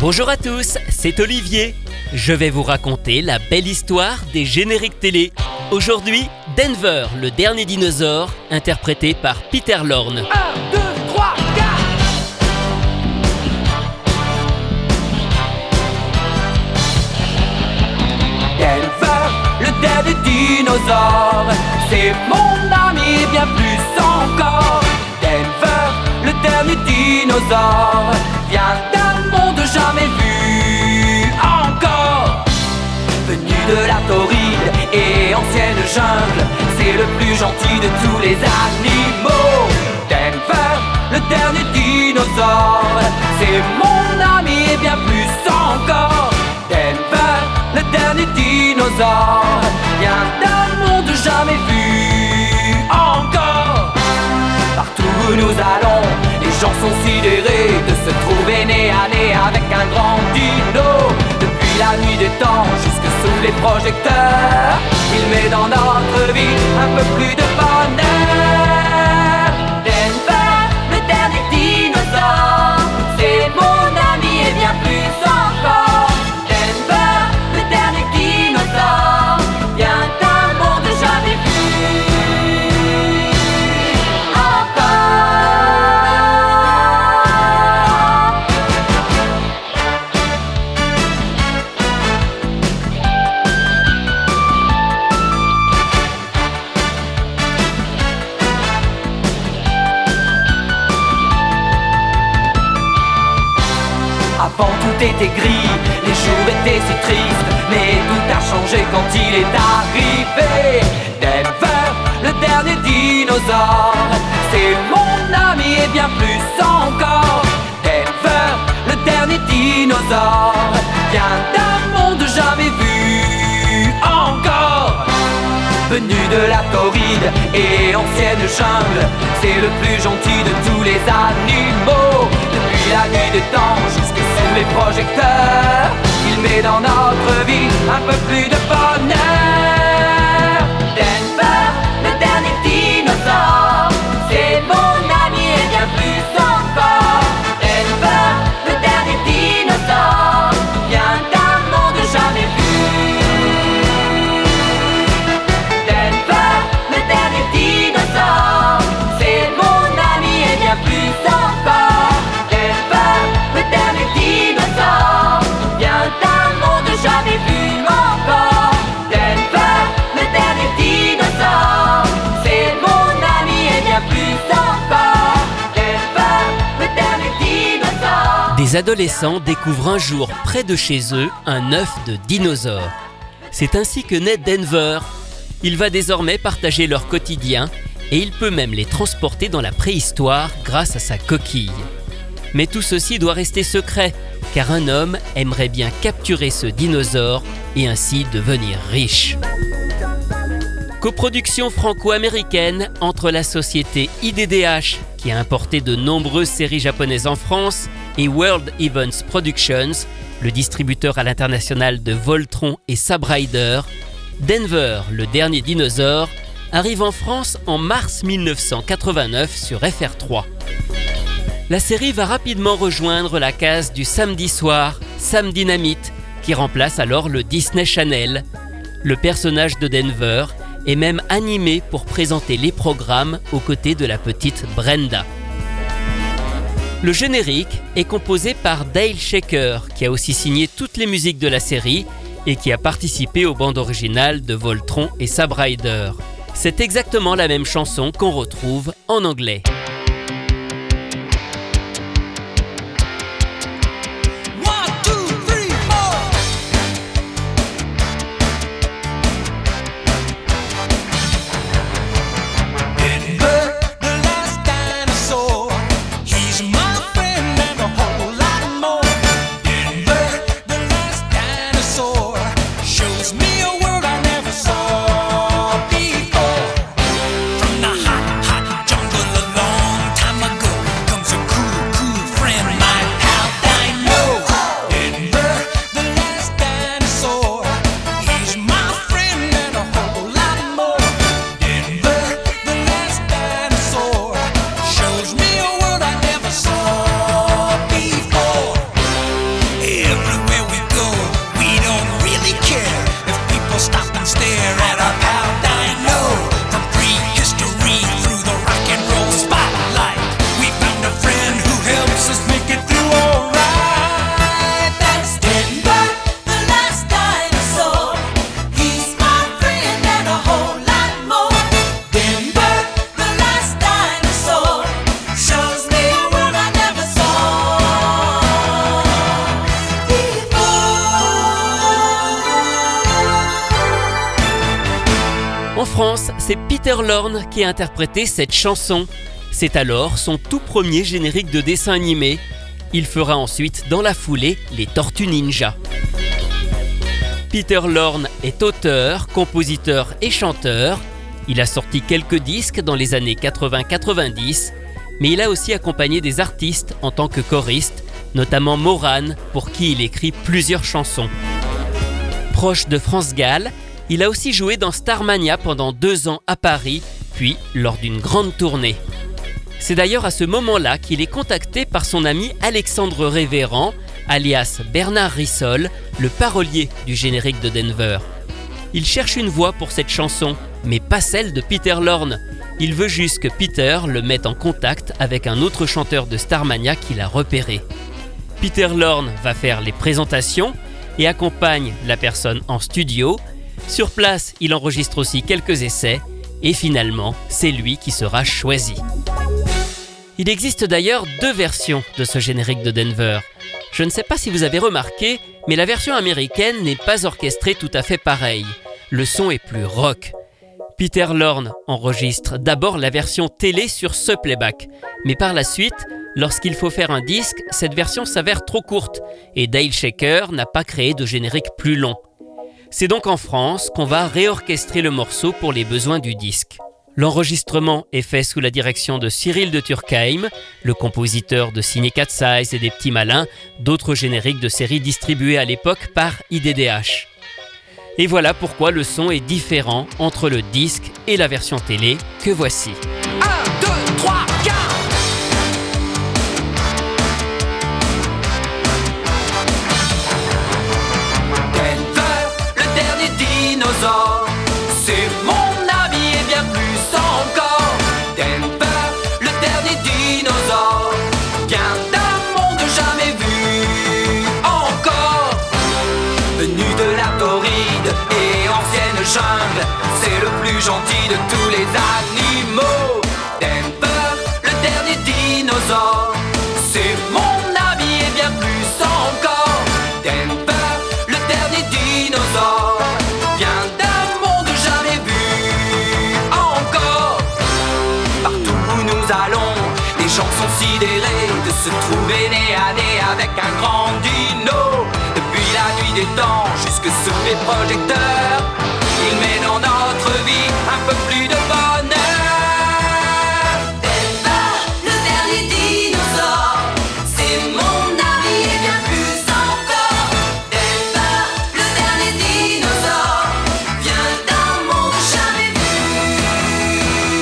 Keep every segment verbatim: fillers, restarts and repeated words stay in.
Bonjour à tous, c'est Olivier. Je vais vous raconter la belle histoire des génériques télé. Aujourd'hui, Denver, le dernier dinosaure, interprété par Peter Lorre. un, deux, trois, quatre. Denver, le dernier dinosaure, c'est mon ami bien plus encore. Denver, le dernier dinosaure, vient d'un monde jamais vu encore. Venu de la torride et ancienne jungle, c'est le plus gentil de tous les animaux. Denver, le dernier dinosaure, c'est mon ami et bien plus encore. Denver, le dernier dinosaure, vient d'un monde jamais vu encore. Partout où nous allons, les gens sont sidérés de se trouver nez à nez avec un grand dino. Depuis la nuit des temps jusque sous les projecteurs, il met dans notre vie un peu plus de bonheur. Denver, le dernier dinosaure, c'est mon ami et bien plus encore. Denver, le dernier dinosaure, vient d'un monde jamais vu encore. Avant tout était gris, les jours étaient si tristes, mais tout a changé quand il est arrivé. Denver, le dernier dinosaure, c'est mon ami et bien plus encore. Denver, le dernier dinosaure, vient d'un monde jamais vu encore. Venu de la torride et ancienne jungle, c'est le plus gentil de tous les animaux. Depuis la nuit des temps jusque sous les projecteurs, il met dans notre vie un peu plus de bonheur. Denver, le dernier dinosaure, c'est mon ami et bien plus encore. Denver, le dernier dinosaure, vient d'un monde jamais vu. Denver, le dernier dinosaure, c'est mon ami et bien plus encore. Denver, le dernier dinosaure, vient d'un monde jamais vu encore. Denver, le dernier dinosaure, c'est mon ami et bien plus encore. Denver, le dernier dinosaure. Des adolescents découvrent un jour près de chez eux un œuf de dinosaure. C'est ainsi que naît Denver. Il va désormais partager leur quotidien et il peut même les transporter dans la préhistoire grâce à sa coquille. Mais tout ceci doit rester secret, car un homme aimerait bien capturer ce dinosaure et ainsi devenir riche. Coproduction franco-américaine entre la société I D D H, qui a importé de nombreuses séries japonaises en France, et World Events Productions, le distributeur à l'international de Voltron et Sabre Rider. Denver, le dernier dinosaure, arrive en France en mars mille neuf cent quatre-vingt-neuf sur F R trois. La série va rapidement rejoindre la case du samedi soir, Sam Dynamite, qui remplace alors le Disney Channel. Le personnage de Denver est même animé pour présenter les programmes aux côtés de la petite Brenda. Le générique est composé par Dale Shaker, qui a aussi signé toutes les musiques de la série et qui a participé aux bandes originales de Voltron et Sabre Rider. C'est exactement la même chanson qu'on retrouve en anglais. From the hot, hot jungle alone. France, c'est Peter Lorre qui a interprété cette chanson. C'est alors son tout premier générique de dessin animé. Il fera ensuite, dans la foulée, les Tortues Ninja. Peter Lorre est auteur, compositeur et chanteur. Il a sorti quelques disques dans les années quatre-vingts quatre-vingt-dix, mais il a aussi accompagné des artistes en tant que choriste, notamment Morane, pour qui il écrit plusieurs chansons. Proche de France Gall, il a aussi joué dans Starmania pendant deux ans à Paris, puis lors d'une grande tournée. C'est d'ailleurs à ce moment-là qu'il est contacté par son ami Alexandre Révérend, alias Bernard Rissol, le parolier du générique de Denver. Il cherche une voix pour cette chanson, mais pas celle de Peter Lorre. Il veut juste que Peter le mette en contact avec un autre chanteur de Starmania qu'il a repéré. Peter Lorre va faire les présentations et accompagne la personne en studio. Sur place, il enregistre aussi quelques essais et finalement, c'est lui qui sera choisi. Il existe d'ailleurs deux versions de ce générique de Denver. Je ne sais pas si vous avez remarqué, mais la version américaine n'est pas orchestrée tout à fait pareil. Le son est plus rock. Peter Lorre enregistre d'abord la version télé sur ce playback, mais par la suite, lorsqu'il faut faire un disque, cette version s'avère trop courte et Dale Shaker n'a pas créé de générique plus long. C'est donc en France qu'on va réorchestrer le morceau pour les besoins du disque. L'enregistrement est fait sous la direction de Cyril de Turckheim, le compositeur de Ciné Cat Size et des Petits Malins, d'autres génériques de séries distribuées à l'époque par I D D H. Et voilà pourquoi le son est différent entre le disque et la version télé que voici. un, deux, trois, quatre. Denver, le dernier dinosaure, c'est mon ami et bien plus encore. Denver, le dernier dinosaure, vient d'un monde jamais vu encore. Venu de la torride et ancienne jungle, c'est le plus gentil de tous les animaux. Denver, le dernier dinosaure, c'est mon ami et bien plus encore. Denver, le dernier dinosaure, vient d'un monde jamais vu encore. Partout où nous allons, les gens sont sidérés de se trouver nez à nez avec un grand dino. Depuis la nuit des temps jusque sous les projecteurs, il met dans notre vie un peu plus de bonheur. Denver, le dernier dinosaure, c'est mon ami et bien plus encore. Denver, le dernier dinosaure, vient d'un monde jamais vu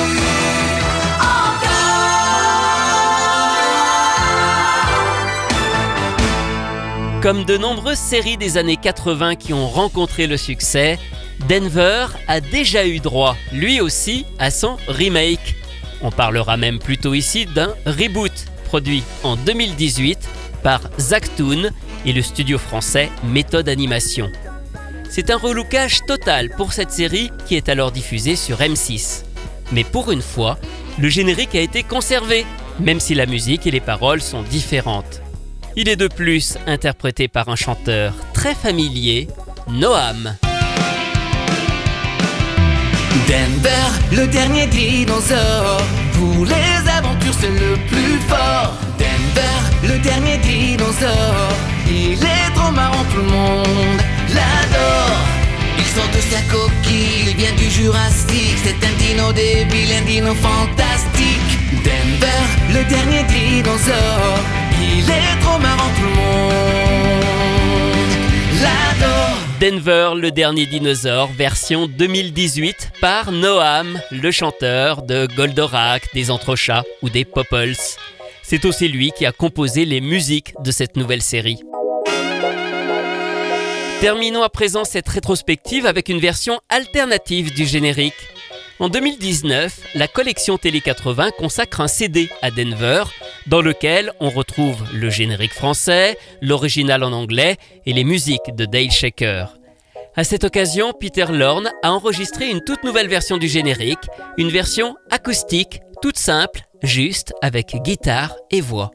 encore. Comme de nombreuses séries des années quatre-vingts qui ont rencontré le succès, Denver a déjà eu droit, lui aussi, à son remake. On parlera même plutôt ici d'un reboot, produit en deux mille dix-huit par Zachtoon et le studio français Méthode Animation. C'est un relookage total pour cette série qui est alors diffusée sur M six. Mais pour une fois, le générique a été conservé, même si la musique et les paroles sont différentes. Il est de plus interprété par un chanteur très familier, Noam. Denver, le dernier dinosaure, pour les aventures c'est le plus fort. Denver, le dernier dinosaure, il est trop marrant, tout le monde l'adore. Il sort de sa coquille, il vient du Jurassique, c'est un dino débile, un dino fantastique. Denver, le dernier dinosaure, il est trop marrant, tout le monde l'adore. Denver, le dernier dinosaure, version deux mille dix-huit par Noam, le chanteur de Goldorak, des Entrechats ou des Popples. C'est aussi lui qui a composé les musiques de cette nouvelle série. Terminons à présent cette rétrospective avec une version alternative du générique. En deux mille dix-neuf, la collection Télé quatre-vingts consacre un C D à Denver, dans lequel on retrouve le générique français, l'original en anglais et les musiques de Dale Shaker. À cette occasion, Peter Lorre a enregistré une toute nouvelle version du générique, une version acoustique, toute simple, juste avec guitare et voix.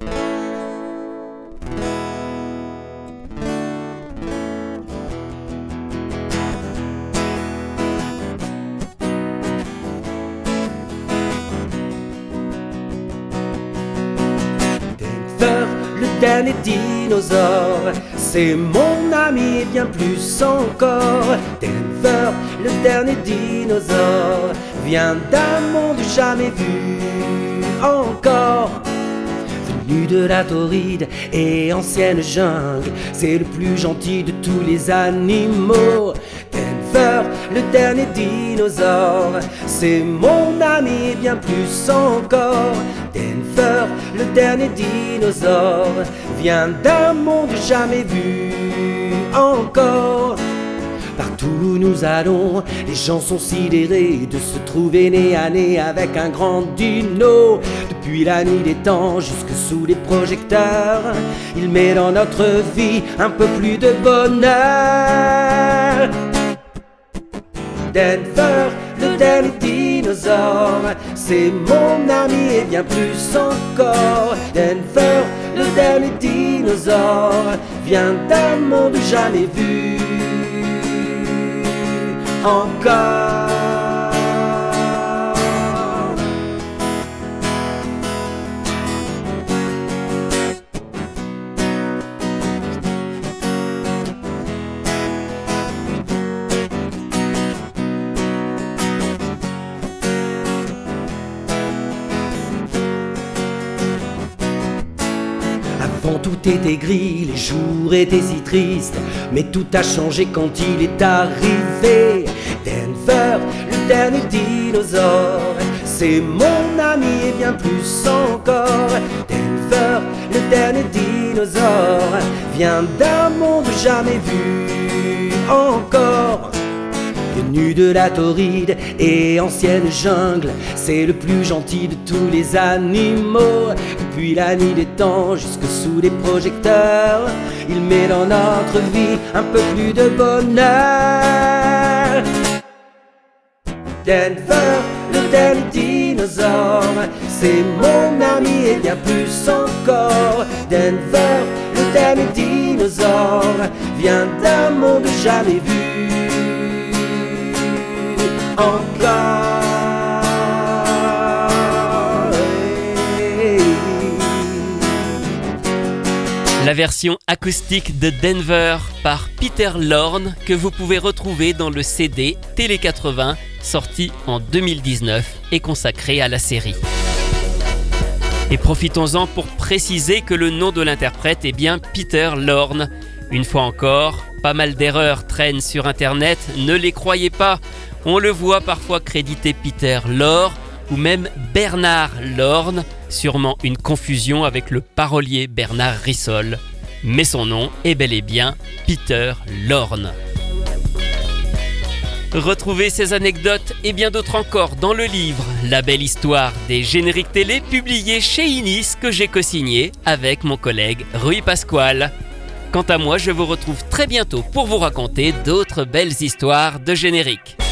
dernier dinosaure. C'est mon ami et bien plus encore. Denver, le dernier dinosaure, vient d'un monde jamais vu encore. Venu de la torride et ancienne jungle, c'est le plus gentil de tous les animaux. Denver, le dernier dinosaure, c'est mon ami et bien plus encore. Denver, le dernier dinosaure, vient d'un monde jamais vu encore. Partout où nous allons, les gens sont sidérés de se trouver nez à nez avec un grand dino. Depuis la nuit des temps jusque sous les projecteurs, il met dans notre vie un peu plus de bonheur. Denver, le dernier dinosaure, c'est mon ami et bien plus encore. Denver, le dernier dinosaure, vient d'un monde jamais vu encore. Avant tout était gris, les jours étaient si tristes, mais tout a changé quand il est arrivé. Denver, le dernier dinosaure, c'est mon ami et bien plus encore. Denver, le dernier dinosaure, vient d'un monde jamais vu encore. Venu de la torride et ancienne jungle, c'est le plus gentil de tous les animaux. Depuis la nuit des temps jusque sous les projecteurs, il met dans notre vie un peu plus de bonheur. Denver, le dernier dinosaure, c'est mon ami et bien plus encore. Denver, le dernier dinosaure, vient d'un monde jamais vu encore. La version acoustique de Denver par Peter Lorne que vous pouvez retrouver dans le C D Télé quatre-vingts sorti en deux mille dix-neuf et consacré à la série. Et profitons-en pour préciser que le nom de l'interprète est bien Peter Lorne. Une fois encore, pas mal d'erreurs traînent sur internet, ne les croyez pas. On le voit parfois créditer Peter Lorre ou même Bernard Lorne, sûrement une confusion avec le parolier Bernard Rissol. Mais son nom est bel et bien Peter Lorne. Retrouvez ces anecdotes et bien d'autres encore dans le livre La belle histoire des génériques télé publié chez Inis que j'ai co-signé avec mon collègue Rui Pasquale. Quant à moi, je vous retrouve très bientôt pour vous raconter d'autres belles histoires de génériques.